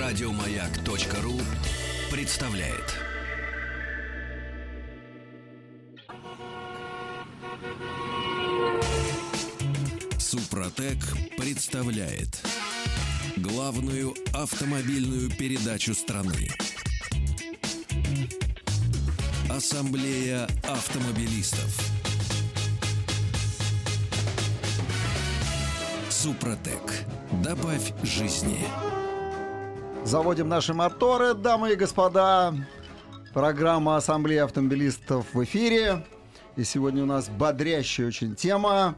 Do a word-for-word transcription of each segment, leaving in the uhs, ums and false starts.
Радиомаяк.ру представляет. Супротек представляет главную автомобильную передачу страны. Ассамблея автомобилистов. Супротек. Добавь жизни. Заводим наши моторы, дамы и господа. Программа Ассамблеи автомобилистов в эфире. И сегодня у нас бодрящая очень тема,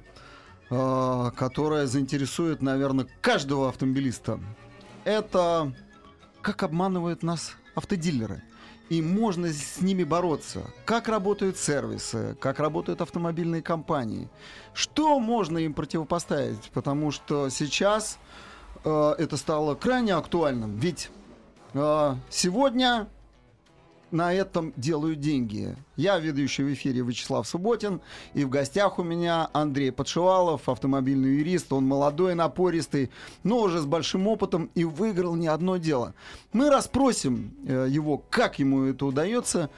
э, которая заинтересует, наверное, каждого автомобилиста. Это как обманывают нас автодилеры. И можно с ними бороться. Как работают сервисы, как работают автомобильные компании. Что можно им противопоставить? Потому что сейчас э, это стало крайне актуальным. Ведь э, сегодня на этом делают деньги. Я ведущий в эфире Вячеслав Субботин. И в гостях у меня Андрей Подшивалов, автомобильный юрист. Он молодой, напористый, но уже с большим опытом и выиграл не одно дело. Мы расспросим э, его, как ему это удается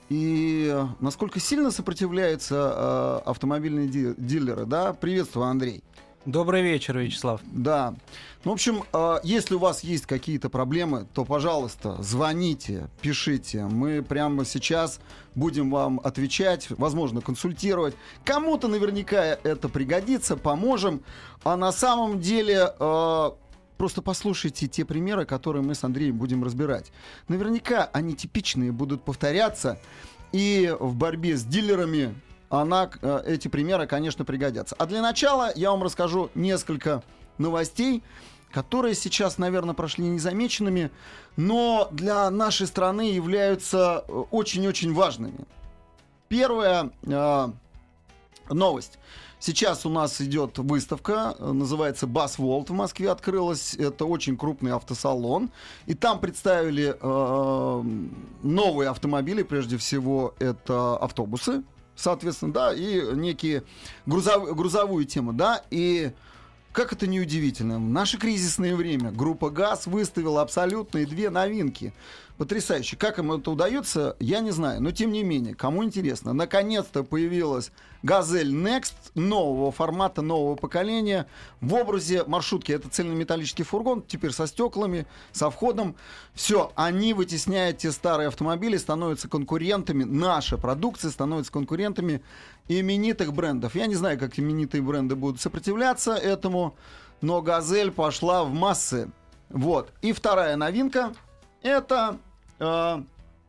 и э, насколько сильно сопротивляются э, автомобильные ди- дилеры. Да? Приветствую, Андрей. Добрый вечер, Вячеслав. Да. Ну, в общем, э, если у вас есть какие-то проблемы, то, пожалуйста, звоните, пишите. Мы прямо сейчас будем вам отвечать, возможно, консультировать. Кому-то наверняка это пригодится, поможем. А на самом деле э, просто послушайте те примеры, которые мы с Андреем будем разбирать. Наверняка они типичные, будут повторяться. И в борьбе с дилерами она, эти примеры, конечно, пригодятся. А для начала я вам расскажу несколько новостей, которые сейчас, наверное, прошли незамеченными, но для нашей страны являются очень-очень важными. Первая э, новость. Сейчас у нас идет выставка, называется BuzzWorld, в Москве открылась. Это очень крупный автосалон. И там представили э, новые автомобили, прежде всего это автобусы. Соответственно, да, и некие грузов, грузовую тему, да, и как это неудивительно, в наше кризисное время группа ГАЗ выставила абсолютные две новинки. Потрясающе. Как им это удается, я не знаю, но тем не менее, кому интересно, наконец-то появилась «Газель Next» нового формата, нового поколения в образе маршрутки. Это цельнометаллический фургон, теперь со стеклами, со входом. Все, они вытесняют те старые автомобили, становятся конкурентами, наша продукция становится конкурентами именитых брендов. Я не знаю, как именитые бренды будут сопротивляться этому, но «Газель» пошла в массы. Вот. И вторая новинка — это... Э,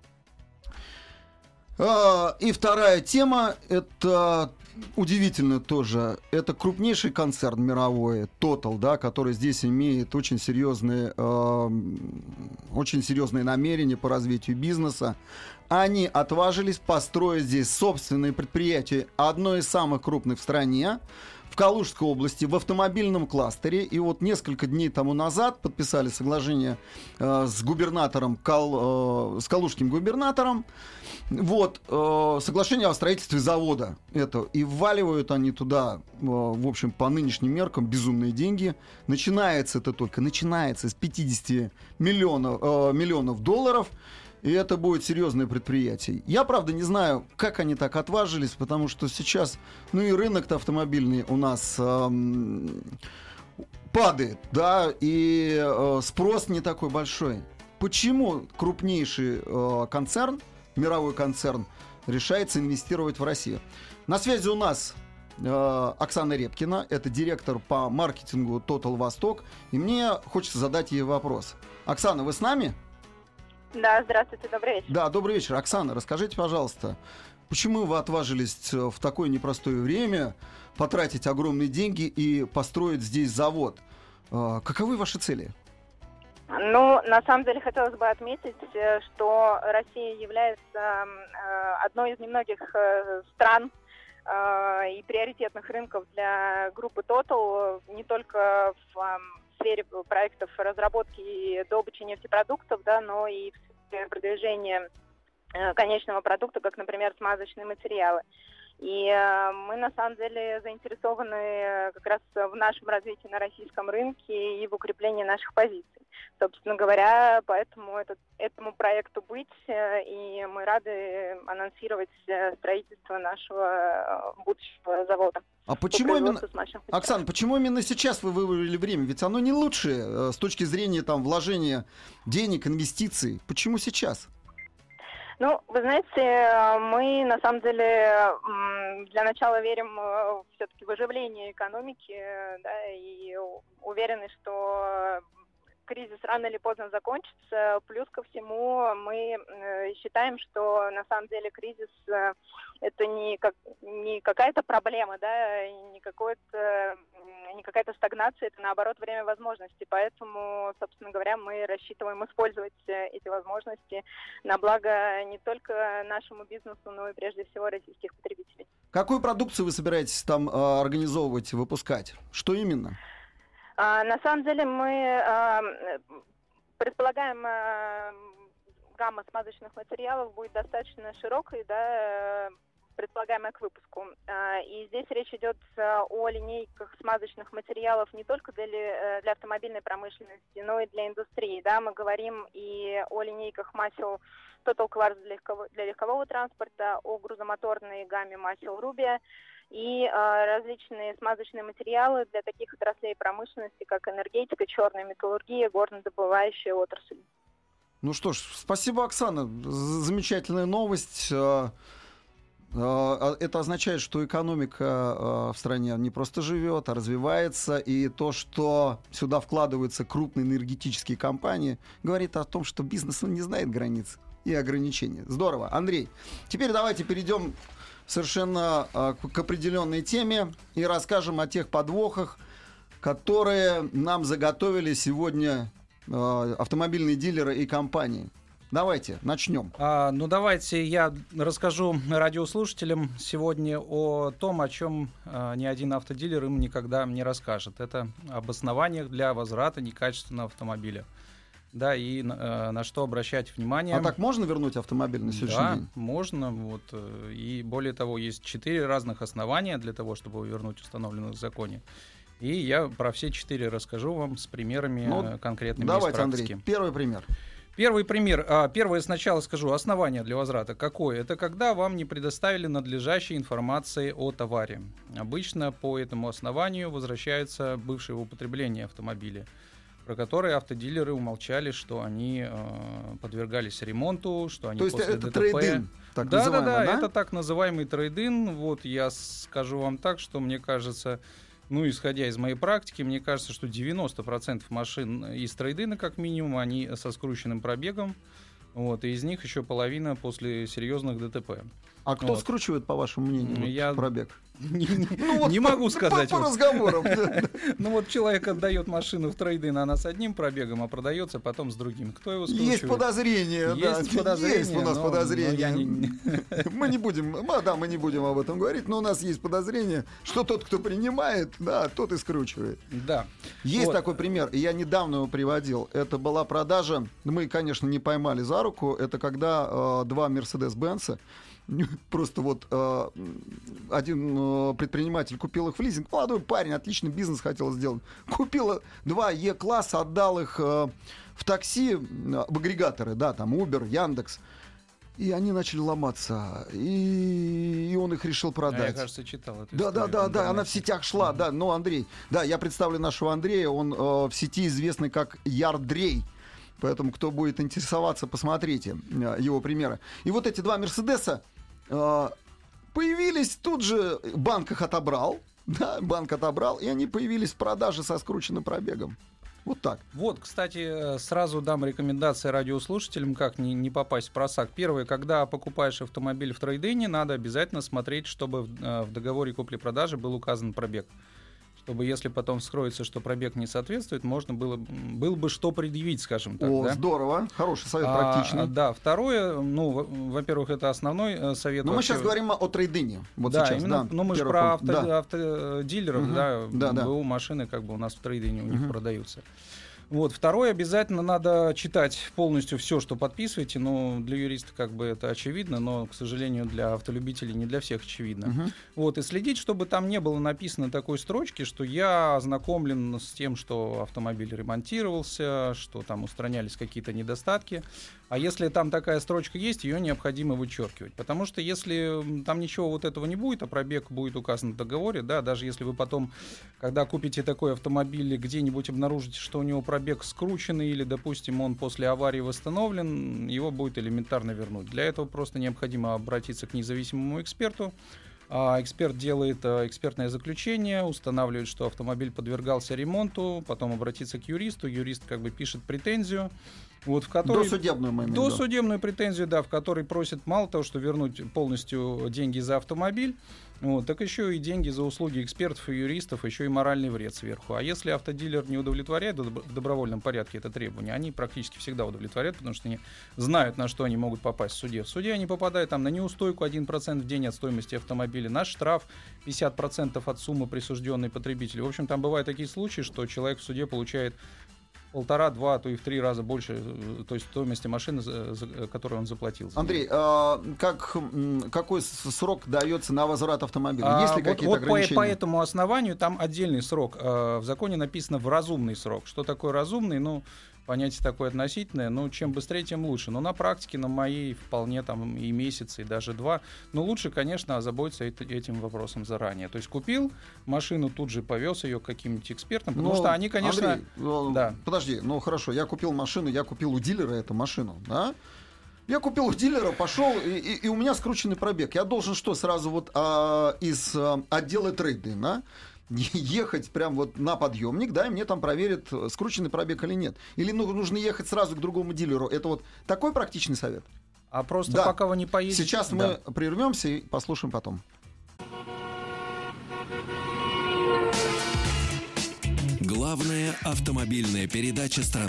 э, и вторая тема — это удивительно тоже. Это крупнейший концерн мировой, Total, да, который здесь имеет очень серьезные, э, очень серьезные намерения по развитию бизнеса. Они отважились построить здесь собственное предприятие, одно из самых крупных в стране, в Калужской области, в автомобильном кластере. И вот несколько дней тому назад подписали соглашение э, с губернатором, Кал, э, с калужским губернатором. Вот, э, соглашение о строительстве завода. Это. И вваливают они туда, э, в общем, по нынешним меркам, безумные деньги. Начинается это только, начинается с пятьдесят миллионов, э, миллионов долларов. И это будет серьезное предприятие. Я, правда, не знаю, как они так отважились, потому что сейчас, ну и рынок-то автомобильный у нас эм, падает, да, и э, спрос не такой большой. Почему крупнейший э, концерн, мировой концерн, решается инвестировать в Россию? На связи у нас э, Оксана Репкина, это директор по маркетингу Total Восток, и мне хочется задать ей вопрос. Оксана, вы с нами? Да, здравствуйте, добрый вечер. Да, добрый вечер. Оксана, расскажите, пожалуйста, почему вы отважились в такое непростое время потратить огромные деньги и построить здесь завод? Каковы ваши цели? Ну, на самом деле, хотелось бы отметить, что Россия является одной из немногих стран и приоритетных рынков для группы Total, не только в в сфере проектов разработки и добычи нефтепродуктов, да, но и в сфере продвижения э, конечного продукта, как, например, смазочные материалы. И э, мы на самом деле заинтересованы как раз в нашем развитии на российском рынке и в укреплении наших позиций. Собственно говоря, поэтому этот, этому проекту быть, э, и мы рады анонсировать э, строительство нашего э, будущего завода. А почему именно, Оксана, почему именно сейчас вы выбрали время? Ведь оно не лучшее э, с точки зрения там, вложения денег, инвестиций. Почему сейчас? Ну, вы знаете, мы на самом деле для начала верим все-таки в оживление экономики, да, и уверены, что кризис рано или поздно закончится. Плюс ко всему мы считаем, что на самом деле кризис это не, как, не какая-то проблема, да, не, какой-то, не какая-то стагнация, это наоборот время возможностей. Поэтому, собственно говоря, мы рассчитываем использовать эти возможности на благо не только нашему бизнесу, но и прежде всего российских потребителей. Какую продукцию вы собираетесь там э, организовывать, выпускать? Что именно? А, на самом деле мы а, предполагаем, а, гамма смазочных материалов будет достаточно широкой, да, предполагаемая к выпуску. А, и здесь речь идет о линейках смазочных материалов не только для, для автомобильной промышленности, но и для индустрии. Да. Мы говорим и о линейках масел Total Quartz для легкового, для легкового транспорта, о грузомоторной гамме масел Rubia, и э, различные смазочные материалы для таких отраслей промышленности, как энергетика, черная металлургия, горнодобывающая отрасль. Ну что ж, спасибо, Оксана. Замечательная новость. Это означает, что экономика в стране не просто живет, а развивается. И то, что сюда вкладываются крупные энергетические компании, говорит о том, что бизнес он не знает границ и ограничений. Здорово. Андрей, теперь давайте перейдем совершенно э, к определенной теме и расскажем о тех подвохах, которые нам заготовили сегодня э, автомобильные дилеры и компании. Давайте начнем. А, ну давайте я расскажу радиослушателям сегодня о том, о чем а, ни один автодилер им никогда не расскажет. Это об основаниях для возврата некачественного автомобиля. Да, и э, на что обращать внимание. А так можно вернуть автомобиль на сегодняшний да, день? можно. Вот, и более того, есть четыре разных основания для того, чтобы вернуть установленных в законе. И я про все четыре расскажу вам с примерами ну, конкретными из практики. Давайте, Андрей, первый пример. Первый пример. А, первое сначала скажу. Основание для возврата какое? Это когда вам не предоставили надлежащей информации о товаре. Обычно по этому основанию возвращаются бывшие в употреблении автомобили, про которые автодилеры умолчали, что они э, подвергались ремонту, что они То есть после это ДТП... трейд-ин, так да, да, да, да, это так называемый трейд-ин. Вот я скажу вам так, что мне кажется, ну, исходя из моей практики, мне кажется, что девяносто процентов машин из трейд-ина, как минимум, они со скрученным пробегом. Вот, и из них еще половина после серьезных ДТП. А кто вот. скручивает, по вашему мнению, Я... пробег? Не, не, ну, вот не по, могу сказать. По, по разговорам. Ну вот человек отдает машину в трейд-ин, она с одним пробегом, а продается потом с другим. Кто его скручивает? Есть подозрение. Есть подозрение. Есть у нас но, подозрение. Но не... Мы не будем, да, мы не будем об этом говорить, но у нас есть подозрение, что тот, кто принимает, да, тот и скручивает. Да. Есть вот. такой пример, и я недавно его приводил. Это была продажа, мы, конечно, не поймали за руку, это когда э, два Mercedes-Benz, просто вот э, один э, предприниматель купил их в лизинг, молодой парень, отличный бизнес хотел сделать, купил два Е-класса, отдал их э, в такси, в агрегаторы, да, там Uber, Яндекс, и они начали ломаться, и, и он их решил продать. А я, кажется, читал эту да, историю. Да, да, да, она в сетях шла, mm-hmm. да, но Андрей, да, я представлю нашего Андрея, он э, в сети известный как Ярдрей. Поэтому, кто будет интересоваться, посмотрите э, его примеры. И вот эти два Мерседеса э, появились, тут же банк их отобрал, да, банк отобрал, и они появились в продаже со скрученным пробегом. Вот так. Вот, кстати, сразу дам рекомендации радиослушателям, как не, не попасть в просак. Первое, когда покупаешь автомобиль в трейд-ине, надо обязательно смотреть, чтобы в, в договоре купли-продажи был указан пробег. Чтобы, если потом вскроется, что пробег не соответствует, можно было, было бы что предъявить, скажем так. О, да? Здорово. Хороший совет, а, практичный. Да, второе, ну, во-первых, это основной совет. Но мы вообще... сейчас говорим о трейд-ине. Вот да, сейчас, именно, да, ну, мы же про авто, да. автодилеров, угу. да, да, да. БУ машины как бы у нас в трейд-ине у них угу. продаются. Вот. Второе, обязательно надо читать полностью все, что подписываете. Ну, для юриста как бы это очевидно, но, к сожалению, для автолюбителей не для всех очевидно. Uh-huh. Вот. И следить, чтобы там не было написано такой строчки, что я ознакомлен с тем, что автомобиль ремонтировался, что там устранялись какие-то недостатки. А если там такая строчка есть, ее необходимо вычеркивать. Потому что если там ничего вот этого не будет, а пробег будет указан в договоре, да, даже если вы потом, когда купите такой автомобиль, где-нибудь обнаружите, что у него пробег Пробег скрученный или, допустим, он после аварии восстановлен, его будет элементарно вернуть. Для этого просто необходимо обратиться к независимому эксперту. А эксперт делает а, экспертное заключение, устанавливает, что автомобиль подвергался ремонту, потом обратиться к юристу, юрист как бы пишет претензию. Вот, в которой, досудебную, мы имеем в виду. Досудебную претензию, да, в которой просит мало того, что вернуть полностью деньги за автомобиль, вот, так еще и деньги за услуги экспертов и юристов, еще и моральный вред сверху. А если автодилер не удовлетворяет в добровольном порядке это требование, они практически всегда удовлетворяют, потому что они знают, на что они могут попасть в суде. В суде они попадают там на неустойку один процент в день от стоимости автомобиля, на штраф пятьдесят процентов от суммы, присужденной потребителю. В общем, там бывают такие случаи, что человек в суде получает полтора, два, а то и в три раза больше, то есть стоимости машины, за, за, которую он заплатил. Андрей, а как, какой срок дается на возврат автомобиля? А, Есть ли вот, какие-то вот ограничения? По, по этому основанию там отдельный срок. А, в законе написано в разумный срок. Что такое разумный? Ну, понятие такое относительное, но чем быстрее, тем лучше. Но на практике, на моей, вполне там и месяц, и даже два. Но лучше, конечно, озаботиться этим вопросом заранее. То есть купил машину, тут же повез ее к каким-нибудь экспертам, потому но, что они, конечно... Андрей, ну, да. Подожди, ну хорошо, я купил машину, я купил у дилера эту машину, да? Я купил у дилера, пошел, и, и, и у меня скрученный пробег. Я должен что, сразу вот а, из а, отдела трейд-ин, да? Ехать прям вот на подъемник, да, и мне там проверят, скрученный пробег или нет. Или ну, нужно ехать сразу к другому дилеру. Это вот такой практичный совет. А просто да. пока вы не поедете... Сейчас да. мы прервемся и послушаем потом. Главная автомобильная передача страны.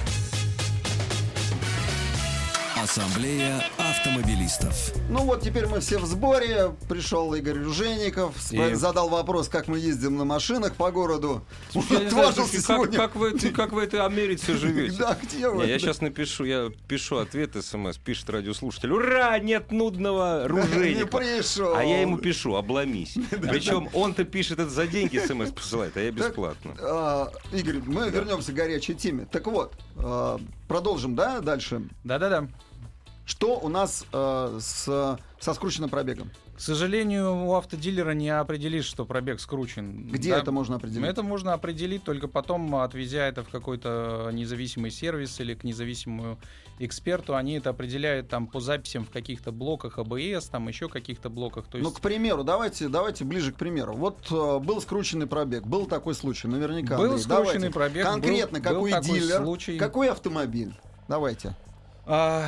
Ассамблея автомобилистов. Ну вот теперь мы все в сборе. Пришел Игорь Ружейников, и... задал вопрос, как мы ездим на машинах по городу. Слушай, я знаю, слушай, как, как, вы, как вы этой Америке живете? Да, где вы? Не, я сейчас напишу, я пишу ответ СМС, пишет радиослушатель. Ура, нет нудного Ружейникова. Не пришел. А я ему пишу, обломись. Причем он-то пишет это за деньги, СМС посылает, а я бесплатно. Игорь, мы вернемся к горячей теме. Так вот, продолжим, да, дальше? Да-да-да. Что у нас э, с, со скрученным пробегом? К сожалению, у автодилера не определишь, что пробег скручен. Где да? это можно определить? Это можно определить только потом, отвезя это в какой-то независимый сервис или к независимому эксперту. Они это определяют там по записям в каких-то блоках эй би эс, там еще каких-то блоках. То есть... Ну, к примеру, давайте, давайте ближе к примеру. Вот э, был скрученный пробег, был такой случай, наверняка. Был Андрей, скрученный давайте. пробег. Конкретно был, какой был дилер, случай. какой автомобиль? Давайте. А...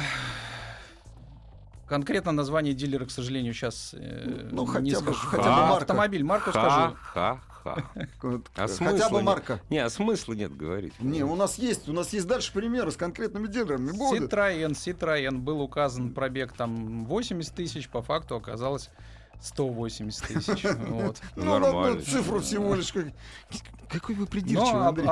Конкретно название дилера, к сожалению, сейчас э, ну, хотя не бы, скажу. хотя бы марка. Автомобиль, марку ха, скажу. Ха-ха. А хотя бы марка. Не, а смысла нет говорить. Не, у нас есть, у нас есть дальше примеры с конкретными дилерами. Citroёn, Citroёn был указан пробег там восемьдесят тысяч, по факту оказалось сто восемьдесят тысяч. Вот. Ну, нормально. Цифру всего лишь. Какой вы придирчивый, Андрей.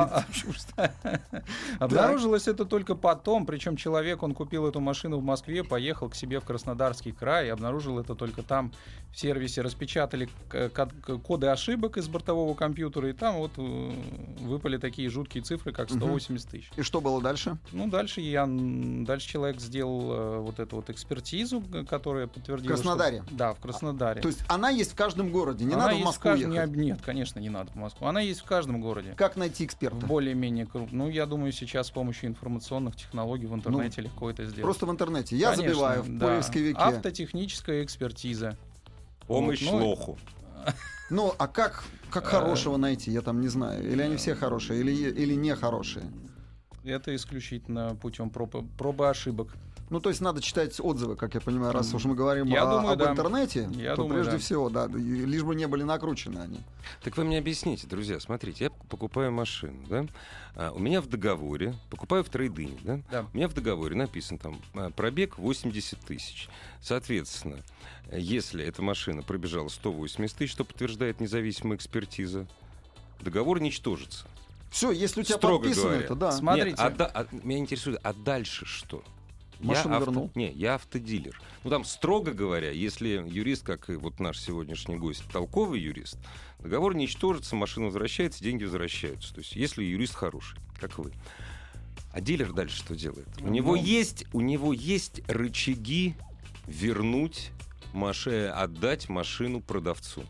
Обнаружилось это только потом, причем человек, он купил эту машину в Москве, поехал к себе в Краснодарский край и обнаружил это только там в сервисе. Распечатали коды ошибок из бортового компьютера, и там вот выпали такие жуткие цифры, как сто восемьдесят тысяч. И что было дальше? Ну, дальше я, дальше человек сделал вот эту вот экспертизу, которая подтвердила... В Краснодаре? Что, да, в Краснодаре. То есть она есть в каждом городе, не она надо в Москву каждом... ехать? Нет, конечно, не надо в Москву. Она есть в каждом городе. Как найти эксперта? Более-менее крупно. Ну, я думаю, сейчас с помощью информационных технологий в интернете ну, легко это сделать. Просто в интернете. Я конечно, забиваю в да. поисковике. Автотехническая экспертиза. Помощь вот, ну, лоху. Ну, а как, как хорошего найти? Я там не знаю. Или они все хорошие, или, или не хорошие? Это исключительно путем пробы, пробы ошибок. Ну, то есть надо читать отзывы, как я понимаю, раз уж мы говорим я о, думаю, об да. интернете, я то думаю, прежде да. всего, да, лишь бы не были накручены они. Так вы мне объясните, друзья, смотрите, я покупаю машину, да, а, у меня в договоре, покупаю в трейд-ине, да? Да. У меня в договоре написан там пробег восемьдесят тысяч. Соответственно, если эта машина пробежала сто восемьдесят тысяч, что подтверждает независимая экспертиза, договор ничтожится. Все, если у тебя Строго подписано говоря. это, да. Смотрите. Нет, а, да- а меня интересует, а дальше что? Машину я авто- вернул. Не, я автодилер. Ну там, строго говоря, если юрист, как и вот наш сегодняшний гость, толковый юрист, договор ничтожится, машина возвращается, деньги возвращаются. То есть если юрист хороший, как вы. А дилер дальше что делает? У Ну, него есть, у него есть рычаги вернуть, маши- отдать машину продавцу.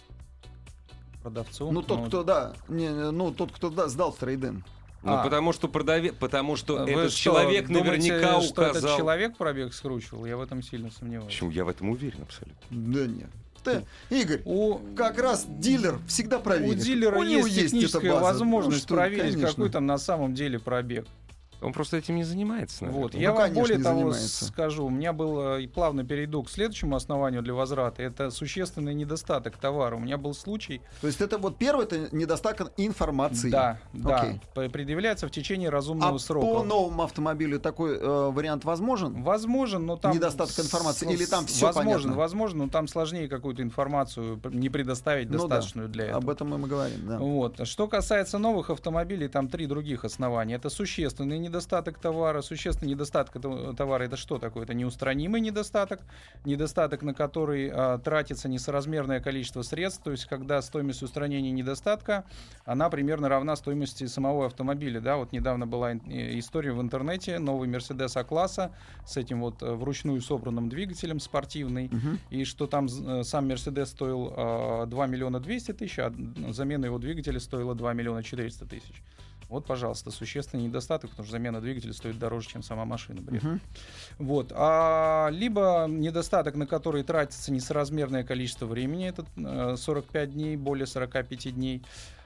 Продавцу. Ну, тот, кто, да, не, ну, тот, кто да, сдал в трейд-ин. Ну, А. потому что продавец, потому что Вы этот что, человек думаете, наверняка что этот указал. человек пробег скручивал? Я в этом сильно сомневаюсь. Почему? Я в этом уверен абсолютно. Да нет. Ты, Игорь, У, как раз дилер всегда у проверит. дилера У него есть эта техническая база. возможность Ну, что, проверить, конечно. какой там на самом деле пробег. Он просто этим не занимается, наверное. Вот. Ну, Я вам конечно, более не того занимается. скажу, у меня было, и плавно перейду к следующему основанию для возврата, это существенный недостаток товара. У меня был случай, То есть это вот первый, это недостаток информации. да, да, Окей. п- предъявляется в течение разумного А срока. по новому автомобилю такой э, вариант возможен? Возможен, но там... Недостаток информации, с- или там всё возможно, понятно? возможно, но там сложнее какую-то информацию п- не предоставить Ну да, достаточную для этого. Об этом мы говорим, да. Вот. Что касается новых автомобилей, там три других основания. Это существенный недостаток товара. Существенный недостаток этого товара — это что такое? Это неустранимый недостаток, недостаток, на который а, тратится несоразмерное количество средств, то есть когда стоимость устранения недостатка, она примерно равна стоимости самого автомобиля. Да? Вот недавно была ин- история в интернете, новый Mercedes А-класса с этим вот э, вручную собранным двигателем спортивный, Мгм. и что там э, сам Mercedes стоил э, два миллиона двести тысяч, а замена его двигателя стоила два миллиона четыреста тысяч. Вот, пожалуйста, существенный недостаток, потому что замена двигателя стоит дороже, чем сама машина. Бред. Мгм. Вот. А, либо недостаток, на который тратится несоразмерное количество времени, это э, сорок пять дней, более сорок пять дней.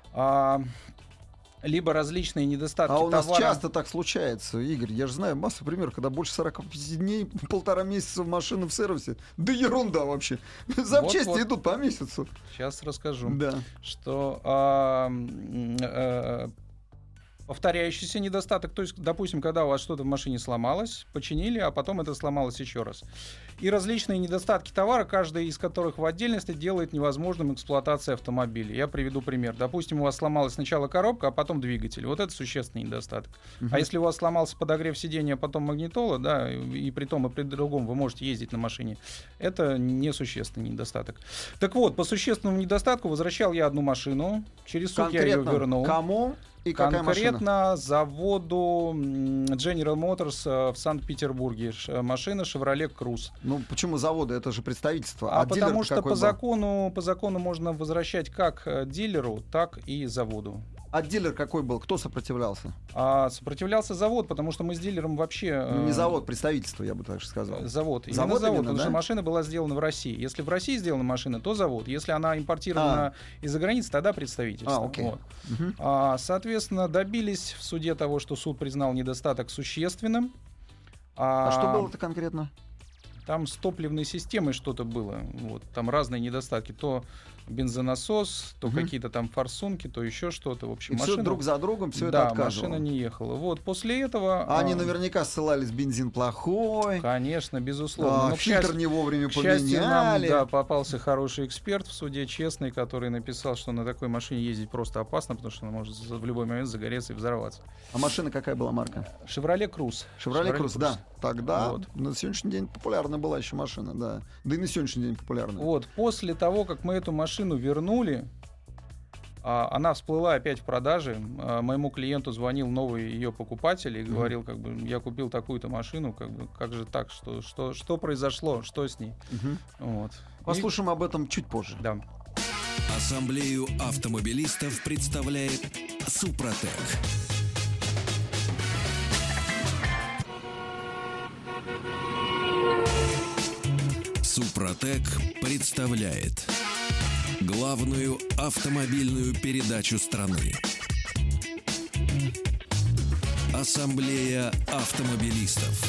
А, либо различные недостатки А у нас товара. часто так случается, Игорь. Я же знаю массу примеров, когда больше сорок пять дней, полтора месяца в машину в сервисе. Да ерунда вообще. Запчасти Вот-вот. идут по месяцу. Сейчас расскажу. Да. Что а, м, э, повторяющийся недостаток, то есть, допустим, когда у вас что-то в машине сломалось, починили, а потом это сломалось еще раз. И различные недостатки товара, каждый из которых в отдельности делает невозможным эксплуатацию автомобиля. Я приведу пример. Допустим, у вас сломалась сначала коробка, а потом двигатель. Вот это существенный недостаток. Мгм. А если у вас сломался подогрев сиденья, а потом магнитола, да, и, и при том и при другом вы можете ездить на машине, это несущественный недостаток. Так вот, по существенному недостатку возвращал я одну машину, через суд я ее Конкретно вернул. кому и какая машина? Конкретно заводу м, General Motors э, в Санкт-Петербурге. Ш- Машина Chevrolet Cruze. Ну, почему заводы? Это же представительство. А, А, потому дилер-то что какой по был? закону, по закону можно возвращать как э, дилеру, так и заводу. А дилер какой был? Кто сопротивлялся? А сопротивлялся завод, потому что мы с дилером вообще... Ну, не э, завод, представительство, я бы так же сказал. Завод. Именно Завод завод, именно, потому да? что машина была сделана в России. Если в России сделана машина, то завод. Если она импортирована из-за границы, тогда представительство. А, окей. Вот. Мгм. А, соответственно, добились в суде того, что суд признал недостаток существенным. А что было-то конкретно? Там с топливной системой что-то было. Вот, там разные недостатки. То бензонасос, то Мгм. какие-то там форсунки, то еще что-то. В общем, И все машина... друг за другом, все да, это отказывало. машина не ехала. Вот, после этого... А они а, наверняка ссылались, бензин плохой, Конечно, безусловно. а, Но, к фильтр счастью- не вовремя К счастью, нам поменяли. да, попался хороший эксперт в суде, честный, который написал, что на такой машине ездить просто опасно, потому что она может за- в любой момент загореться и взорваться. А машина какая была марка? Chevrolet Cruze. Chevrolet Cruze, да. Тогда Вот. на сегодняшний день популярна была еще машина, да. Да и на сегодняшний день популярна. Вот, после того, как мы эту машину вернули, а, она всплыла опять в продаже. А, моему клиенту звонил новый ее покупатель и Мгм. говорил, как бы, я купил такую-то машину, как бы, как же так, что, что, что произошло, что с ней. Мгм. Вот. Послушаем об этом чуть позже. И- да. Ассамблею автомобилистов представляет Супротек. Супротек представляет главную автомобильную передачу страны. Ассамблея автомобилистов.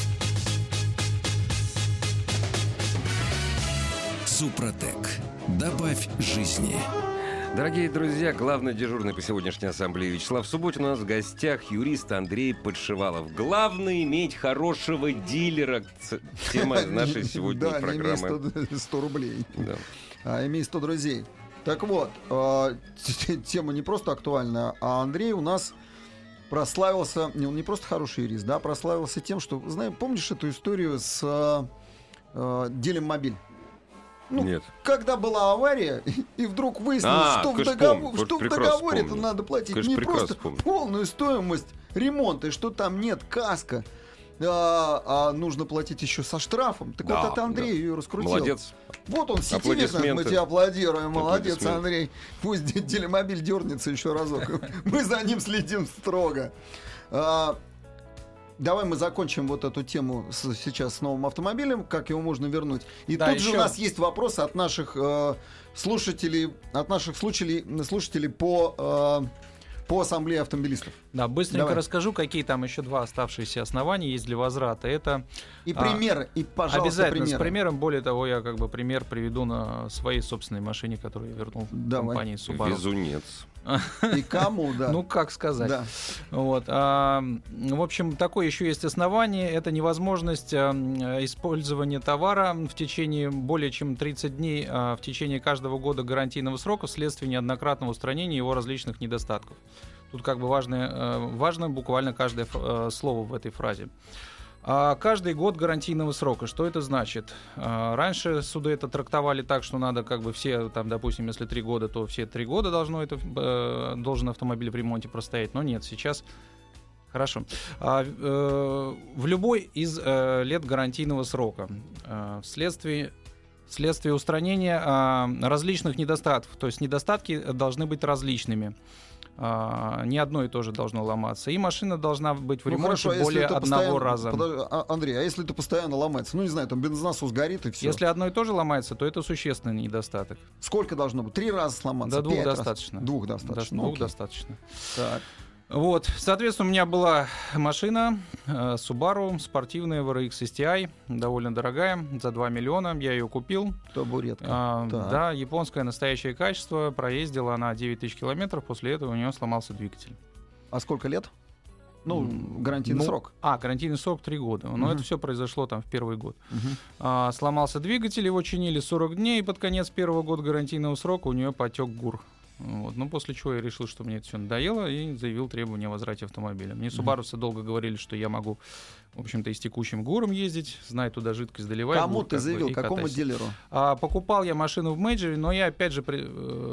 Супротек. Добавь жизни. Дорогие друзья, главный дежурный по сегодняшней ассамблее Вячеслав Субботин. У нас в гостях юрист Андрей Подшивалов. Главное — иметь хорошего дилера. Ц- Тема нашей сегодняшней Да, не имей программы. сто, сто рублей, Да. а имей сто друзей. Так вот, э, т- тема не просто актуальна, а Андрей у нас прославился, не, он не просто хороший юрист, да, прославился тем, что, знаешь, помнишь эту историю с э, э, Делим Мобиль? Ну, Нет. Когда была авария, и вдруг выяснилось, А, что в, конечно, договор, помню. что в Прекрасно договоре-то помню. надо платить Конечно, не прекрасно просто помню. полную стоимость ремонта, и что там нет каска, а, а нужно платить еще со штрафом. Так Да, вот это Андрей да. ее раскрутил. Молодец. Вот он сетевик, мы Аплодисменты. тебе аплодируем. Молодец, Аплодисменты. Андрей. Пусть де- Делимобиль дернется еще разок. Мы за ним следим строго. А, Давай мы закончим вот эту тему с- сейчас с новым автомобилем, как его можно вернуть. И Да, тут же у еще- нас есть вопросы от наших э, слушателей, от наших слушателей, слушателей по, э, по ассамблее автомобилистов. Да, быстренько Давай. расскажу, какие там еще два оставшиеся основания есть для возврата. Это И А, примеры, и, пожалуйста, обязательно примеры. с примером. Более того, я как бы пример приведу на своей собственной машине, которую я вернул Давай. компании Subaru. Везунец. И кому, да. Ну, как сказать. Да. Вот. а, в общем, такое еще есть основание. Это невозможность а, использования товара в течение более чем тридцать дней а, в течение каждого года гарантийного срока вследствие неоднократного устранения его различных недостатков. Тут как бы важно, э, важно буквально каждое ф- э, слово в этой фразе. А каждый год гарантийного срока. Что это значит? А, раньше суды это трактовали так, что надо как бы все, там, допустим, если три года, то все три года должно это, э, должен автомобиль в ремонте простоять. Но нет, сейчас... Хорошо. А, э, в любой из э, лет гарантийного срока э, вследствие вследствие устранения э, различных недостатков, то есть недостатки должны быть различными. А, не одно и то же должно ломаться. И машина должна быть в Ну, ремонте хорошо, а если более это одного постоянно- раза. Подожди, а, Андрей, а если это постоянно ломается? Ну, не знаю, там бензонасос горит и все. Если одно и то же ломается, то это существенный недостаток. Сколько должно быть? Три раза сломаться? До двух Пять раз? достаточно. Двух До достаточно. двух окей. достаточно. Так. Вот, соответственно, у меня была машина э, Subaru, спортивная ви ар икс эс ти ай, довольно дорогая, за два миллиона. Я ее купил. Табуретка. А, Так. да, японское настоящее качество. Проездила она девять тысяч километров. После этого у нее сломался двигатель. А сколько лет? Ну, М, гарантийный ну, срок. А, гарантийный срок три года. Но Мгм. это все произошло там в первый год. Мгм. А, сломался двигатель, его чинили сорок дней, и под конец первого года гарантийного срока у нее потек ГУР. Вот. Ну, после чего я решил, что мне это все надоело, и заявил требование о возврате автомобиля. Мне субаровцы долго говорили, что я могу, в общем-то, и с текущим ГУРом ездить, знай туда жидкость, доливай. Кому ГУР, ты как бы, заявил? и Какому катайся. дилеру? А, покупал я машину в мейджоре, но я, опять же, при-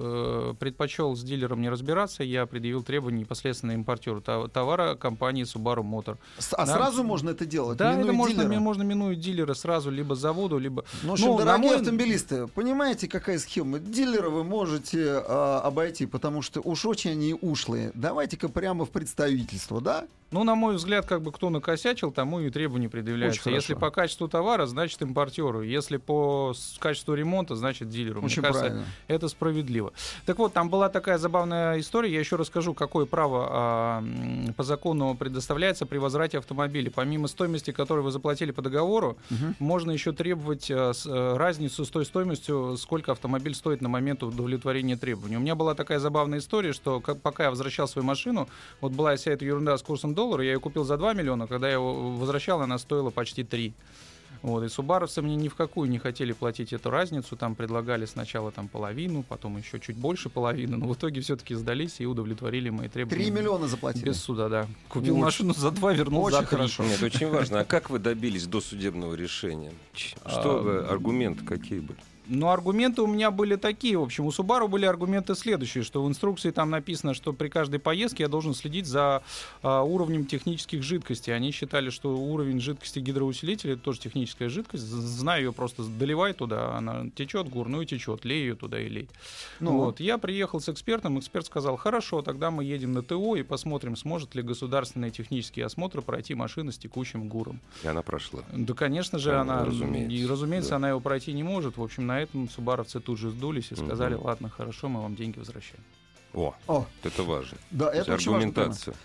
э, предпочел с дилером не разбираться. Я предъявил требования непосредственно импортеру та- товара компании Subaru Motor. С- А Да. сразу можно это делать? Да, минуя это можно, дилера? ми- можно минуть дилера сразу, либо заводу, либо... Ну, в общем, Ну, на дорогие мой- автомобилисты, понимаете, какая схема? Дилера вы можете а, обойти, потому что уж очень они ушлые. Давайте-ка прямо в представительство, да? Ну, на мой взгляд, как бы кто накосячил, тому и требования предъявляются. Очень Если хорошо. по качеству товара, значит импортеру. Если по с- качеству ремонта, значит дилеру. Мне Очень кажется, правильно. это справедливо. Так вот, там была такая забавная история. Я еще расскажу, какое право а, м, по закону предоставляется при возврате автомобиля. Помимо стоимости, которую вы заплатили по договору, Мгм. можно еще требовать а, с- а, разницу с той стоимостью, сколько автомобиль стоит на момент удовлетворения требований. У меня была такая забавная история, что как- пока я возвращал свою машину, вот была вся эта ерунда с курсом доллара, я ее купил за два миллиона, когда я его возвращал, она стоила почти три. Вот, и субаровцы мне ни в какую не хотели платить эту разницу, там предлагали сначала там половину, потом еще чуть больше половины, но в итоге все-таки сдались и удовлетворили мои требования. Три миллиона заплатили. Без суда, да. Купил Очень- машину за два, вернул очень за три. хорошо. Нет, очень важно. А как вы добились досудебного решения? Ч- Что А, вы, аргументы какие были? Но аргументы у меня были такие. В общем, у Subaru были аргументы следующие, что в инструкции там написано, что при каждой поездке я должен следить за а, уровнем технических жидкостей. Они считали, что уровень жидкости гидроусилителя — это тоже техническая жидкость. З- Знаю ее, просто доливай туда, она течет, гур, ну и течет, лей ее туда и лей. Ну. Вот. Я приехал с экспертом, эксперт сказал: хорошо, тогда мы едем на ТО и посмотрим, сможет ли государственный технический осмотр пройти машина с текущим гуром. И она прошла. Да, конечно же, Да, она, разумеется, и, разумеется, да. она его пройти не может. В общем, на этом субаровцы тут же сдулись и сказали: Мгм. ладно, хорошо, мы вам деньги возвращаем. О, О, вот это важно. да, То есть это очень важно. аргументация.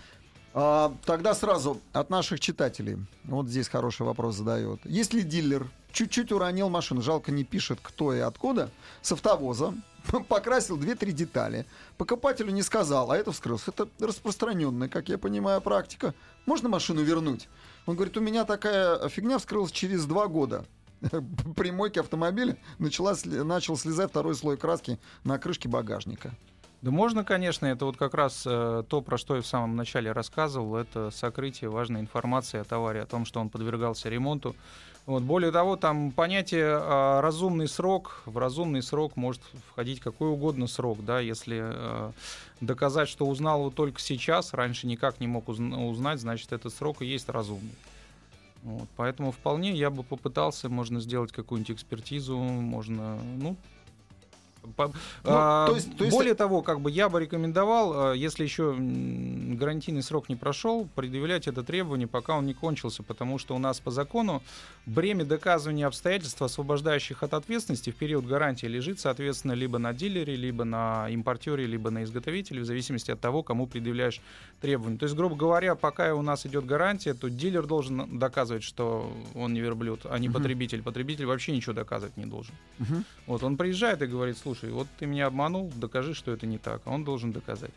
А, тогда сразу от наших читателей. Вот здесь хороший вопрос задает. Если дилер чуть-чуть уронил машину, жалко не пишет, кто и откуда, с автовоза, покрасил две-три детали, покупателю не сказал, а это вскрылось. Это распространенная, как я понимаю, практика. Можно машину вернуть? Он говорит: у меня такая фигня вскрылась через два года. При мойке автомобиля начала, сли- начал слезать второй слой краски на крышке багажника. Да можно, конечно, это вот как раз э, то, про что я в самом начале рассказывал, это сокрытие важной информации о товаре, о том, что он подвергался ремонту. Вот. Более того, там понятие э, разумный срок, в разумный срок может входить какой угодно срок, да, если э, доказать, что узнал его только сейчас, раньше никак не мог узна- узнать, значит, этот срок и есть разумный. Вот. Поэтому вполне я бы попытался, можно сделать какую-нибудь экспертизу, можно, ну, По, ну, а, то есть, то есть... Более того, как бы я бы рекомендовал, если еще гарантийный срок не прошел, предъявлять это требование, пока он не кончился, потому что у нас по закону бремя доказывания обстоятельств, освобождающих от ответственности в период гарантии, лежит, соответственно, либо на дилере, либо на импортере, либо на изготовителе, в зависимости от того, кому предъявляешь требования. То есть, грубо говоря, пока у нас идет гарантия, то дилер должен доказывать, что он не верблюд, а не uh-huh. потребитель. Потребитель вообще ничего доказывать не должен. Uh-huh. Вот он приезжает и говорит: слушай, вот ты меня обманул, докажи, что это не так. А он должен доказать.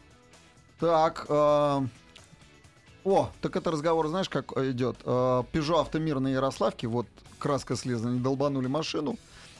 Так, э... о, так это разговор, знаешь, как идет? Э, Peugeot Автомир на Ярославке, вот краска слезла, они долбанули машину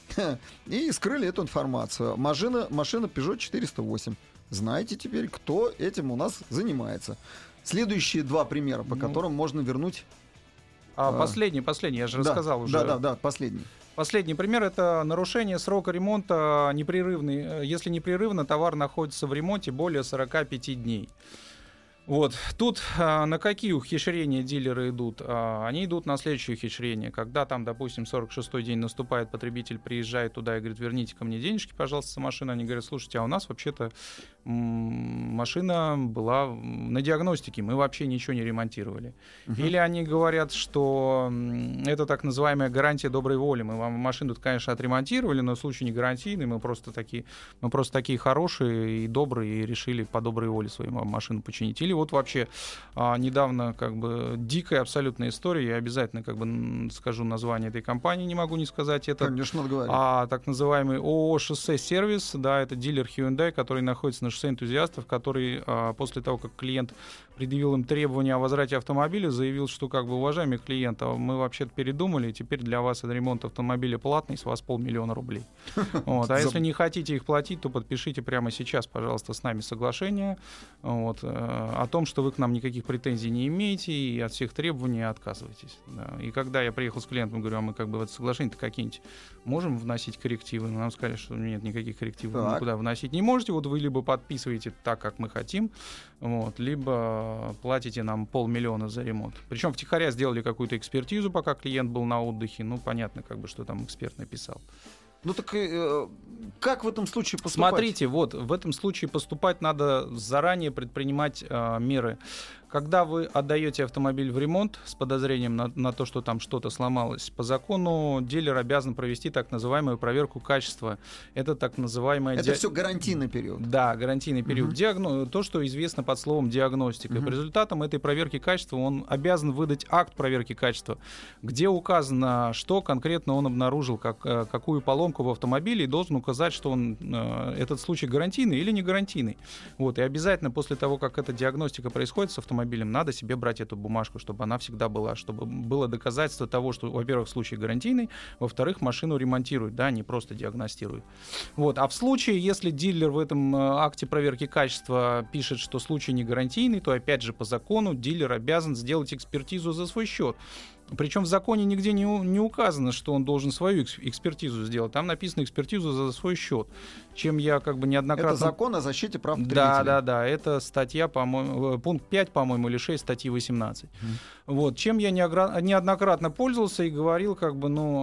и скрыли эту информацию. Машина, машина Peugeot четыреста восемь. Знаете теперь, кто этим у нас занимается. Следующие два примера, по ну... которым можно вернуть... А, а... Последний, последний, я же да, рассказал уже. Да, да, да, последний. Последний пример — это нарушение срока ремонта непрерывный. Если непрерывно товар находится в ремонте более сорок пять дней. Вот. Тут а, на какие ухищрения дилеры идут? А, они идут на следующее ухищрение. Когда там, допустим, сорок шестой день наступает, потребитель приезжает туда и говорит: верните ко мне денежки, пожалуйста, с машины. Они говорят: слушайте, а у нас вообще-то м- машина была на диагностике, мы вообще ничего не ремонтировали. Uh-huh. Или они говорят, что м- это так называемая гарантия доброй воли. Мы вам машину, конечно, отремонтировали, но случай не гарантийный, мы просто такие, мы просто такие хорошие и добрые, и решили по доброй воле свою машину починить. Или вот вообще а, недавно как бы дикая абсолютная история. Я обязательно как бы скажу название этой компании, не могу не сказать это. Конечно, надо говорить. А, так называемый ООО «Шоссе Сервис», да, это дилер Hyundai, который находится на шоссе энтузиастов, который а, после того, как клиент предъявил им требования о возврате автомобиля, заявил, что как бы: уважаемый клиент, а мы вообще-то передумали, и теперь для вас ремонт автомобиля платный, с вас полмиллиона рублей. Вот. А если не хотите их платить, то подпишите прямо сейчас, пожалуйста, с нами соглашение вот, о том, что вы к нам никаких претензий не имеете и от всех требований отказываетесь. Да. И когда я приехал с клиентом, говорю: а мы как бы в это соглашение-то какие-нибудь можем вносить коррективы? Нам сказали, что нет, никаких коррективов так. никуда вносить не можете. Вот вы либо подписываете так, как мы хотим, вот, либо платите нам полмиллиона за ремонт. Причем втихаря сделали какую-то экспертизу, пока клиент был на отдыхе. Ну, понятно, как бы, что там эксперт написал. Ну так э, как в этом случае поступать? Смотрите, вот в этом случае поступать надо заранее, предпринимать э, меры. Когда вы отдаете автомобиль в ремонт с подозрением на, на то, что там что-то сломалось, по закону дилер обязан провести так называемую проверку качества. Это так называемая... Это ди... все гарантийный период. Да, гарантийный период. Uh-huh. Диагно... То, что известно под словом диагностика. Uh-huh. По результатам этой проверки качества он обязан выдать акт проверки качества, где указано, что конкретно он обнаружил, как, какую поломку в автомобиле, и должен указать, что он, этот случай гарантийный или не гарантийный. Вот. И обязательно после того, как эта диагностика происходит с автомобилем, надо себе брать эту бумажку, чтобы она всегда была, чтобы было доказательство того, что, во-первых, случай гарантийный, во-вторых, машину ремонтируют, да, не просто диагностируют. Вот. А в случае, если дилер в этом акте проверки качества пишет, что случай не гарантийный, то, опять же, по закону дилер обязан сделать экспертизу за свой счет. Причем в законе нигде не, не указано, что он должен свою экспертизу сделать. Там написано экспертизу за свой счет. Чем я как бы неоднократно... Это закон о защите прав потребителей. Да, да, да. Это статья, по-моему, пункт пять, по-моему, или шесть статьи восемнадцать. Mm. Вот. Чем я неоднократно пользовался и говорил, как бы, ну...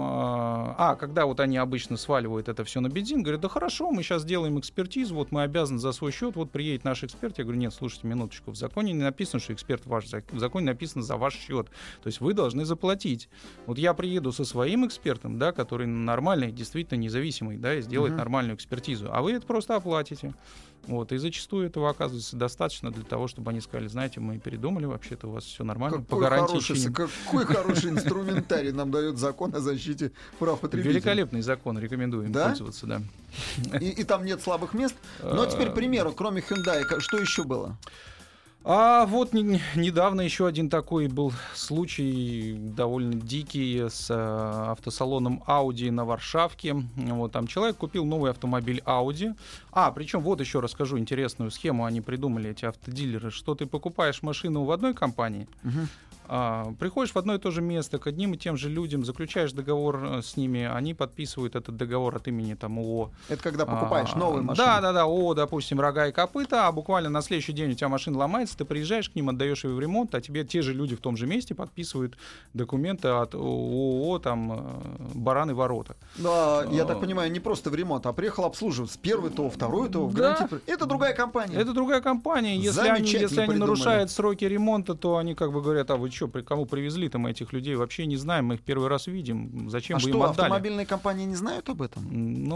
А, когда вот они обычно сваливают это все на бензин, говорят: да хорошо, мы сейчас сделаем экспертизу, вот мы обязаны за свой счет, вот приедет наш эксперт. Я говорю: нет, слушайте, минуточку, в законе не написано, что эксперт ваш, в законе написано за ваш счет. То есть вы должны заплатить. Вот я приеду со своим экспертом, да, который нормальный, действительно независимый, да, и сделает uh-huh. нормальную экспертизу, а вы это просто оплатите. Вот, и зачастую этого оказывается достаточно для того, чтобы они сказали: знаете, мы передумали, вообще-то у вас все нормально, какой по гарантии хороший, чиним. Какой хороший инструментарий нам дает закон о защите прав потребителей. Великолепный закон, рекомендуем да? пользоваться, да. И, и там нет слабых мест. Но теперь, к примеру, кроме Hyundai, что еще было? А вот не- недавно еще один такой был случай довольно дикий с э, автосалоном Audi на Варшавке. Вот там человек купил новый автомобиль Audi. А, причем вот еще расскажу интересную схему они придумали, эти автодилеры, что ты покупаешь машину в одной компании, Мгм. а, приходишь в одно и то же место к одним и тем же людям, заключаешь договор э, с ними, они подписывают этот договор от имени там ООО. Это когда покупаешь А, новую машину. Да, да, да, ООО, допустим, рога и копыта, а буквально на следующий день у тебя машина ломается, ты приезжаешь к ним, отдаешь ее в ремонт, а тебе те же люди в том же месте подписывают документы от ООО, там, э, бараны ворота. Да, я А. так понимаю, не просто в ремонт, а приехал обслуживать первый ТО, второй ТО, в Да. гарантии. Это другая компания. Это другая компания. Если они, Замечательно если они придумали. нарушают сроки ремонта, то они как бы говорят, а вы что, при кому привезли-то мы этих людей? Вообще не знаем, мы их первый раз видим. Зачем А вы что, им отдали? автомобильные компании не знают об этом?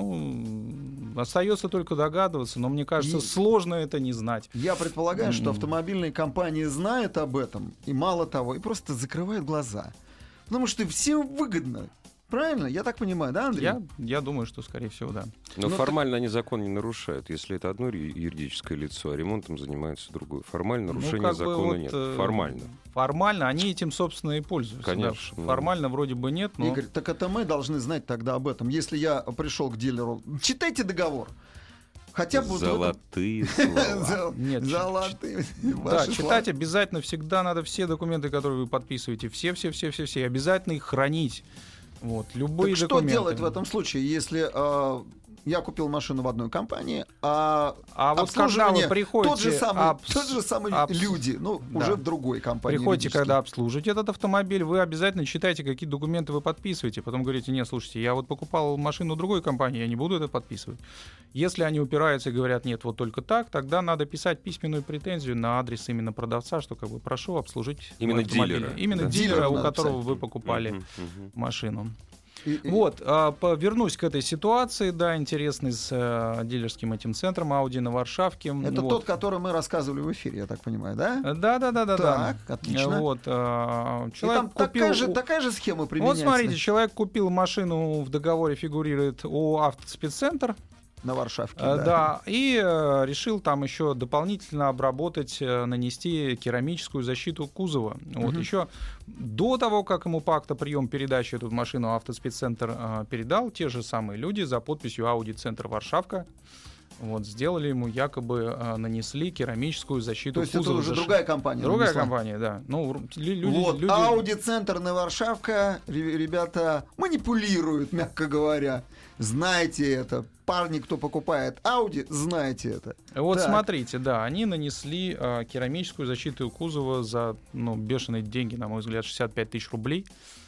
Ну, остается только догадываться, но мне кажется, И- сложно это не знать. Я предполагаю, что М. автомобильные компании знают об этом, и мало того, и просто закрывают глаза. Потому что всем выгодно. Правильно? Я так понимаю, да, Андрей? Я, я думаю, что, скорее всего, да. Но Ну, формально они закон не нарушают. Если это одно ю- юридическое лицо, а ремонтом занимается другое. Формально нарушения Ну, как бы закона вот, нет. э, Формально. Формально они этим, собственно, и пользуются. да. Конечно, ну. Формально вроде бы нет, но... Игорь, так это мы должны знать тогда об этом. Если я пришел к дилеру, читайте договор. Хотя бы вот в этом- Золотые слова. За- Нет, Золотые. Да, ваши читать обязательно всегда надо все документы, которые вы подписываете. Все-все-все-все-все. Обязательно их хранить. Вот, любые Так что документы. делать в этом случае, если э, я купил машину в одной компании, а, А вот когда обслуживание вы приходите... тот же самый, обс- тот же самый обс- люди, ну, да. уже в другой компании. Приходите, юридической. когда обслуживаете этот автомобиль, вы обязательно читайте, какие документы вы подписываете. Потом говорите, нет, слушайте, я вот покупал машину другой компании, я не буду это подписывать. Если они упираются и говорят, нет, вот только так, тогда надо писать письменную претензию на адрес именно продавца, что как бы прошу обслужить Именно автомобиль. дилера, Именно да? дилера, Дилеру у надо которого писать. вы покупали Мгм, мгм. машину. И- и- Вот, а, по- вернусь к этой ситуации, да, интересной с э, дилерским этим центром Audi на Варшавке. Это вот. тот, который мы рассказывали в эфире, я так понимаю, да? Да, да, да, да, да. Так, отлично. Вот, а, И человек там купил. такая, же, у- такая же схема Вот применяется смотрите, человек купил машину, в договоре фигурирует ООО «Автоспеццентр», на Варшавке. э, да. да, и э, решил там еще дополнительно обработать, э, нанести керамическую защиту кузова. Вот Мгм. еще до того, как ему по актоприем передачи эту машину «Автоспеццентр» э, передал, те же самые люди за подписью «Ауди Центр Варшавка» вот, сделали ему, якобы э, нанесли керамическую защиту То есть это кузова. уже Заш- другая компания. Другая нанесла. компания, да. Ну, ру- лю- люди, Вот, люди- Ауди-центр на Варшавка, ре- ребята манипулируют, мягко говоря. Знайте это. Парни, кто покупает Ауди, знайте это. Вот Так. смотрите, да, они нанесли э, керамическую защиту кузова за ну, бешеные деньги, на мой взгляд, шестьдесят пять тысяч рублей.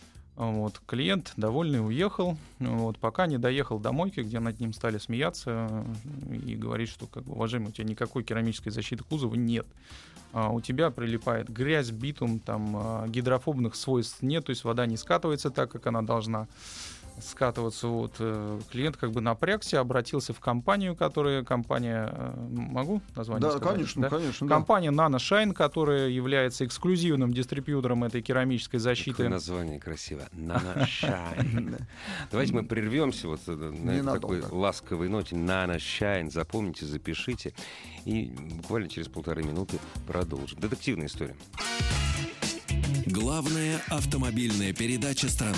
Вот, клиент довольный уехал, вот, пока не доехал до мойки, где над ним стали смеяться э, и говорить, что, как бы, уважаемый, у тебя никакой керамической защиты кузова нет. А у тебя прилипает грязь, битум, там, а, гидрофобных свойств нет, то есть вода не скатывается так, как она должна скатываться. Вот, э, клиент как бы напрягся, обратился в компанию, которая компания... э, могу название Да, сказать? конечно, Да? конечно. да. Компания NanoShine, которая является эксклюзивным дистрибьютором этой керамической защиты. Какое название красиво. NanoShine. Давайте мы прервемся вот э, на этой такой Ненадолго. ласковой ноте. NanoShine. Запомните, запишите. И буквально через полторы минуты продолжим. Детективная история. Главная автомобильная передача страны.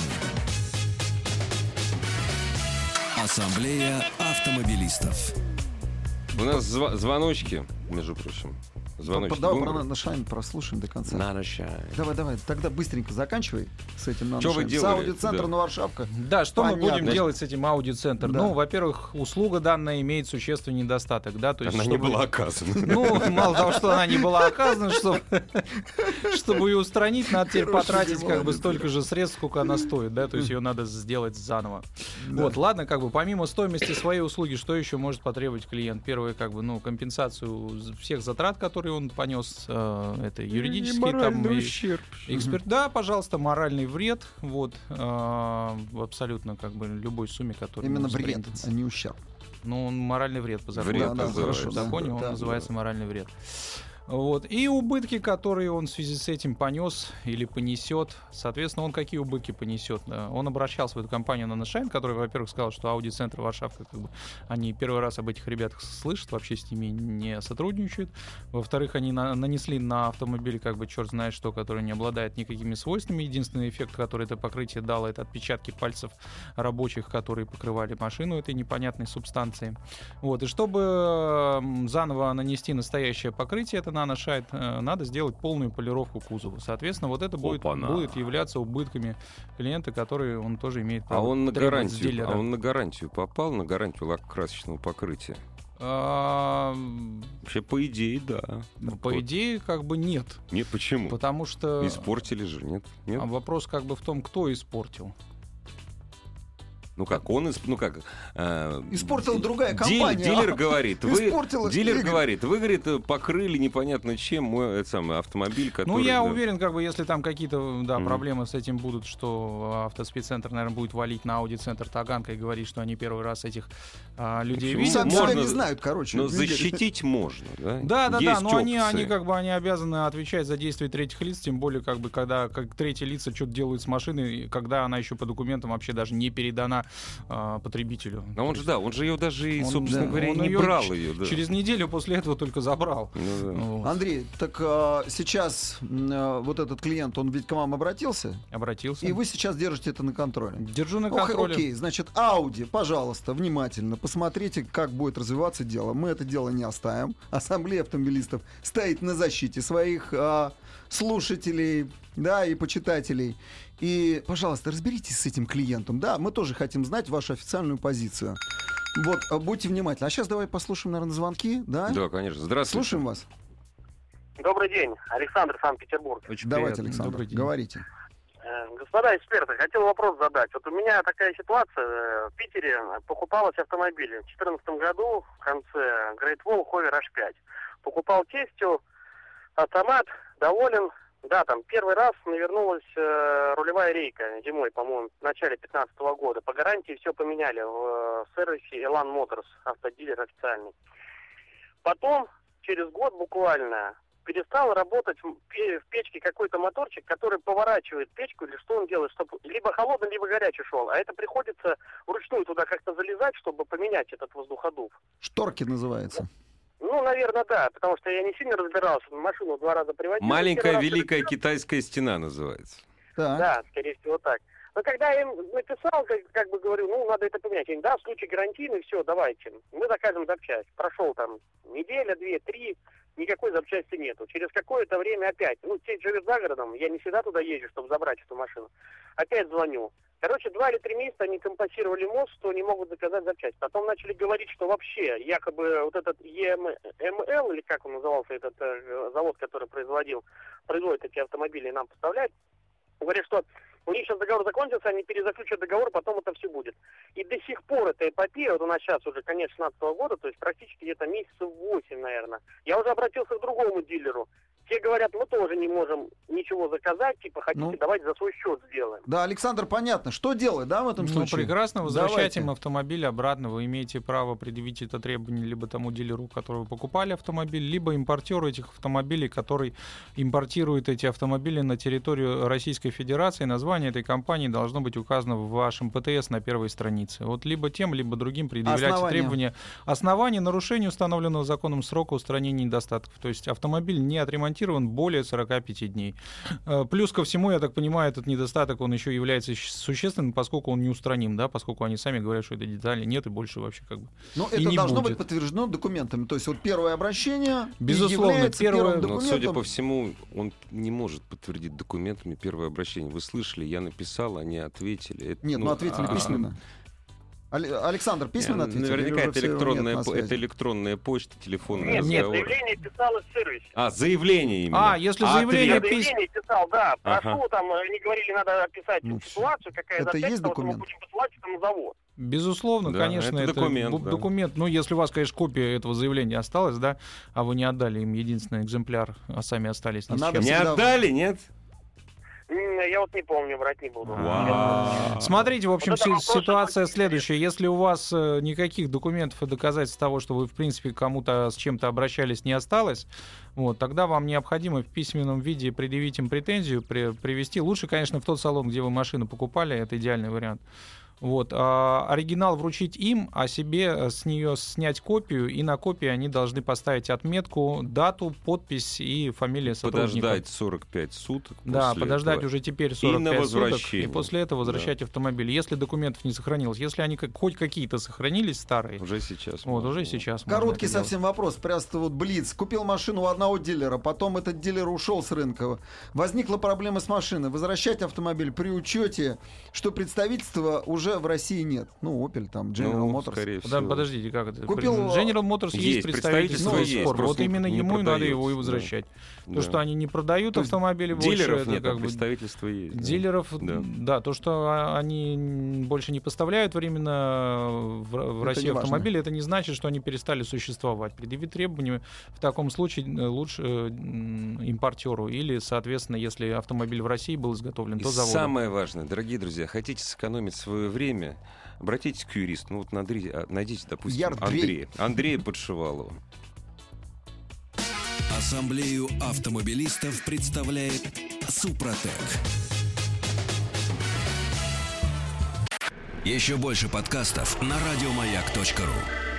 Ассамблея автомобилистов. У нас зва- звоночки, между прочим. Звоночки. Давай Будем про брать? NanoShine прослушаем до конца. NanoShine. Давай, давай, тогда быстренько заканчивай с этим Чё вы NanoShine. С делали? Ауди-центра Да. на Варшавка. Да, что мы Понятно. будем делать с этим Audi-центр? Да. Ну, во-первых, услуга данная имеет существенный недостаток, да, то есть Она не чтобы- была оказана. Ну, мало того, что она не была оказана, чтобы, чтобы ее устранить, надо теперь Хороший потратить ты как бы молодец. столько же средств, сколько она стоит, да, то есть ее надо сделать заново. Вот, ладно, как бы помимо стоимости своей услуги, что еще может потребовать клиент? Первое, как бы, ну, компенсацию всех затрат, которые он понес, э, это юридические, там, и- ущерб. эксперт, да, пожалуйста, моральный вред, вот, э, в абсолютно как бы любой сумме, которая Именно ему вред, встретится. а не ущерб. Ну, он моральный вред по закону. Вред Да, называется. в законе он Да, называется да. моральный вред. Вот. И убытки, которые он в связи с этим понес или понесет. Соответственно, он какие убытки понесет? Он обращался в эту компанию NanoShine, которая, во-первых, сказала, что аудиоцентр Варшавка, как бы, они первый раз об этих ребятах слышат, вообще с ними не сотрудничают. Во-вторых, они на- нанесли на автомобиль, как бы, черт знает что, который не обладает никакими свойствами. Единственный эффект, который это покрытие дало, это отпечатки пальцев рабочих, которые покрывали машину этой непонятной субстанцией. Вот. И чтобы заново нанести настоящее покрытие, это NanoShine, надо сделать полную полировку кузова. Соответственно, вот это будет, будет являться убытками клиента, который он тоже имеет право. А он на требовать с гарантию, дилера. а он на гарантию попал, на гарантию лакокрасочного покрытия? А, Вообще, по идее, да. ну, по идее, как бы нет. Нет, почему? Потому что Испортили же, нет? Нет? а вопрос как бы в том, кто испортил. Ну как, он исп... ну как, э, Испортила ди- другая дил- компания. Дилер говорит, вы, Испортила дилер Игорь. говорит, вы, говорит, покрыли непонятно чем мой этот самый автомобиль, который... Ну, я да. уверен, как бы, если там какие-то, да, Мгм. проблемы с этим будут, что автоспеццентр, наверное, будет валить на аудиоцентр Таганка и говорить, что они первый раз этих а, людей Почему? видят. Сами Можно- себя не знают, короче. Но Игорь. защитить можно, да? Да, да, да, Есть но они, опции. они как бы они обязаны отвечать за действия третьих лиц, тем более, как бы, когда как третьи лица что-то делают с машиной, когда она еще по документам вообще даже не передана а, потребителю. А он же, да, он же ее даже, и, Он, собственно да, говоря, он не её брал ч- ее. Да. Через неделю после этого только забрал. Ну, да. Вот. Андрей, так а, сейчас м, а, вот этот клиент, он ведь к вам обратился, Обратился. и вы сейчас держите это на контроле. Держу на Ох, контроле. окей, значит, Audi, пожалуйста, внимательно посмотрите, как будет развиваться дело. Мы это дело не оставим. Ассамблея автомобилистов стоит на защите своих а, слушателей, да, и почитателей. И, пожалуйста, разберитесь с этим клиентом. Да, мы тоже хотим знать вашу официальную позицию. Вот, а, будьте внимательны. А сейчас давай послушаем, наверное, звонки, да? Да, конечно. Здравствуйте. Слушаем вас. Добрый день, Александр, Санкт-Петербург. Очень Давайте, приятно. Александр, Добрый день. говорите. Э, Господа эксперты, хотел вопрос задать. Вот у меня такая ситуация. э, В Питере покупалось автомобиль. В две тысячи четырнадцатом году в конце Great Wall Hover эйч пять. Покупал тестю, автомат, доволен. Да, там первый раз навернулась э, рулевая рейка зимой, по-моему, в начале пятнадцатого года. По гарантии все поменяли в э, сервисе Elan Motors, автодилер официальный. Потом, через год буквально, перестал работать в пе- в печке какой-то моторчик, который поворачивает печку, или что он делает, чтобы либо холодный, либо горячий шел. А это приходится вручную туда как-то залезать, чтобы поменять этот воздуходув. Шторки называется. Ну, наверное, да, потому что я не сильно разбирался, машину два раза приводил. Маленькая Первый раз великая разбирался. китайская стена называется. Так. Да, скорее всего так. Но когда я им написал, как, как бы говорю, ну, надо это поменять. Они, да, в случае гарантийный, все, давайте. Мы закажем запчасть. Прошел там неделя, две, три, никакой запчасти нету. Через какое-то время опять, ну, сеть живет за городом, я не всегда туда езжу, чтобы забрать эту машину. Опять звоню. Короче, два или три месяца они компенсировали мост, что не могут заказать запчасть. Потом начали говорить, что вообще якобы вот этот и эм эл, или как он назывался, этот э, завод, который производил, производит эти автомобили и нам поставляет, говорит, что у них сейчас договор закончился, они перезаключат договор, потом это все будет. И до сих пор эта эпопея, вот у нас сейчас уже конец шестнадцатого года, то есть практически где-то месяцев восемь, наверное. Я уже обратился к другому дилеру. Те говорят, мы тоже не можем ничего заказать, типа, хотите, Ну. давайте за свой счет сделаем. Да, Александр, понятно. Что делать, да, в этом Ну, случае? прекрасно, возвращайте Давайте. им автомобиль обратно. Вы имеете право предъявить это требование либо тому дилеру, у которого вы покупали автомобиль, либо импортеру этих автомобилей, который импортирует эти автомобили на территорию Российской Федерации. Название этой компании должно быть указано в вашем ПТС на первой странице. Вот либо тем, либо другим предъявляйте Основания. требования. Основание нарушения установленного законом срока устранения недостатков. То есть автомобиль не отремонтирован более сорок пять дней. Э, Плюс ко всему, я так понимаю, этот недостаток, он еще является щ- существенным, поскольку он неустраним, да, поскольку они сами говорят, что этой детали нет и больше вообще как бы. Но и это не должно будет. быть подтверждено документами. То есть вот первое обращение Безусловно, является первое- первым Но, документом. судя по всему, он не может подтвердить документами первое обращение. Вы слышали, я написал, они ответили. Это, Нет, ну, ответили а- письменно. Але- Александр, письменно ответили? Наверняка Или это уже всё, электронная, нет на по- это связи? электронная почта, телефонный Нет, нет, разговор. заявление писалось в сервисе. А, заявление именно. А, если А заявление Я ответ- пис- заявление писал, да, прошу, Ага. там, они говорили, надо описать Ну, ситуацию, какая это запчасть, есть потому что мы документ? будем посылать это на завод. Безусловно, Да, конечно, это это, документ, бу- да. документ. Ну, если у вас, конечно, копия этого заявления осталась, да, а вы не отдали им единственный экземпляр, а сами остались ни с Надо чем. Не всегда- отдали, нет? Я вот не помню, врать не буду. Смотрите, в общем, Вот это си- вопрос ситуация очень следующая. Если у вас э, никаких документов и доказательств того, что вы, в принципе, к кому-то с чем-то обращались, не осталось, вот, тогда вам необходимо в письменном виде предъявить им претензию, при- привести. Лучше, конечно, в тот салон, где вы машину покупали, это идеальный вариант. Вот, а оригинал вручить им, а себе с нее снять копию, и на копии они должны поставить отметку, дату, подпись и фамилия сотрудника. Подождать сорок пять суток. Да, после подождать этого. уже теперь сорок И на пять суток, и возвращение. после этого возвращать автомобиль. Если документов не сохранилось, если они как- хоть какие-то сохранились старые, Уже сейчас. вот можно. уже сейчас. можно Короткий это делать. совсем вопрос. Просто вот Блиц. Купил машину у одного дилера, потом этот дилер ушел с рынка. Возникла проблема с машиной. Возвращать автомобиль при учете, что представительства уже в России нет. Ну, Opel, там, General Ну, Motors. скорее Подо- всего. Подождите, как это? Купил, General Motors есть, есть, представительство представительство до сих есть, пор. просто Вот именно не ему и надо его и продается, возвращать. да. То, что они не продают То есть автомобили больше, Дилеров это нет, а как бы представительство есть. да. дилеров, Да. да. То, что а, они н- больше не поставляют временно в, в Это Россию не важно. автомобили, это не значит, что они перестали существовать. Предъявить требования в таком случае э, лучше э, м, импортеру или, соответственно, если автомобиль в России был изготовлен, И то заводу. самое важное, дорогие друзья, хотите сэкономить свое время, обратитесь к юристу. Ну вот надри- а, найдите, допустим, Ярдрей. Андрея. Андрея Подшивалова. Ассамблею автомобилистов представляет Супротек. Еще больше подкастов на радиомаяк точка ру.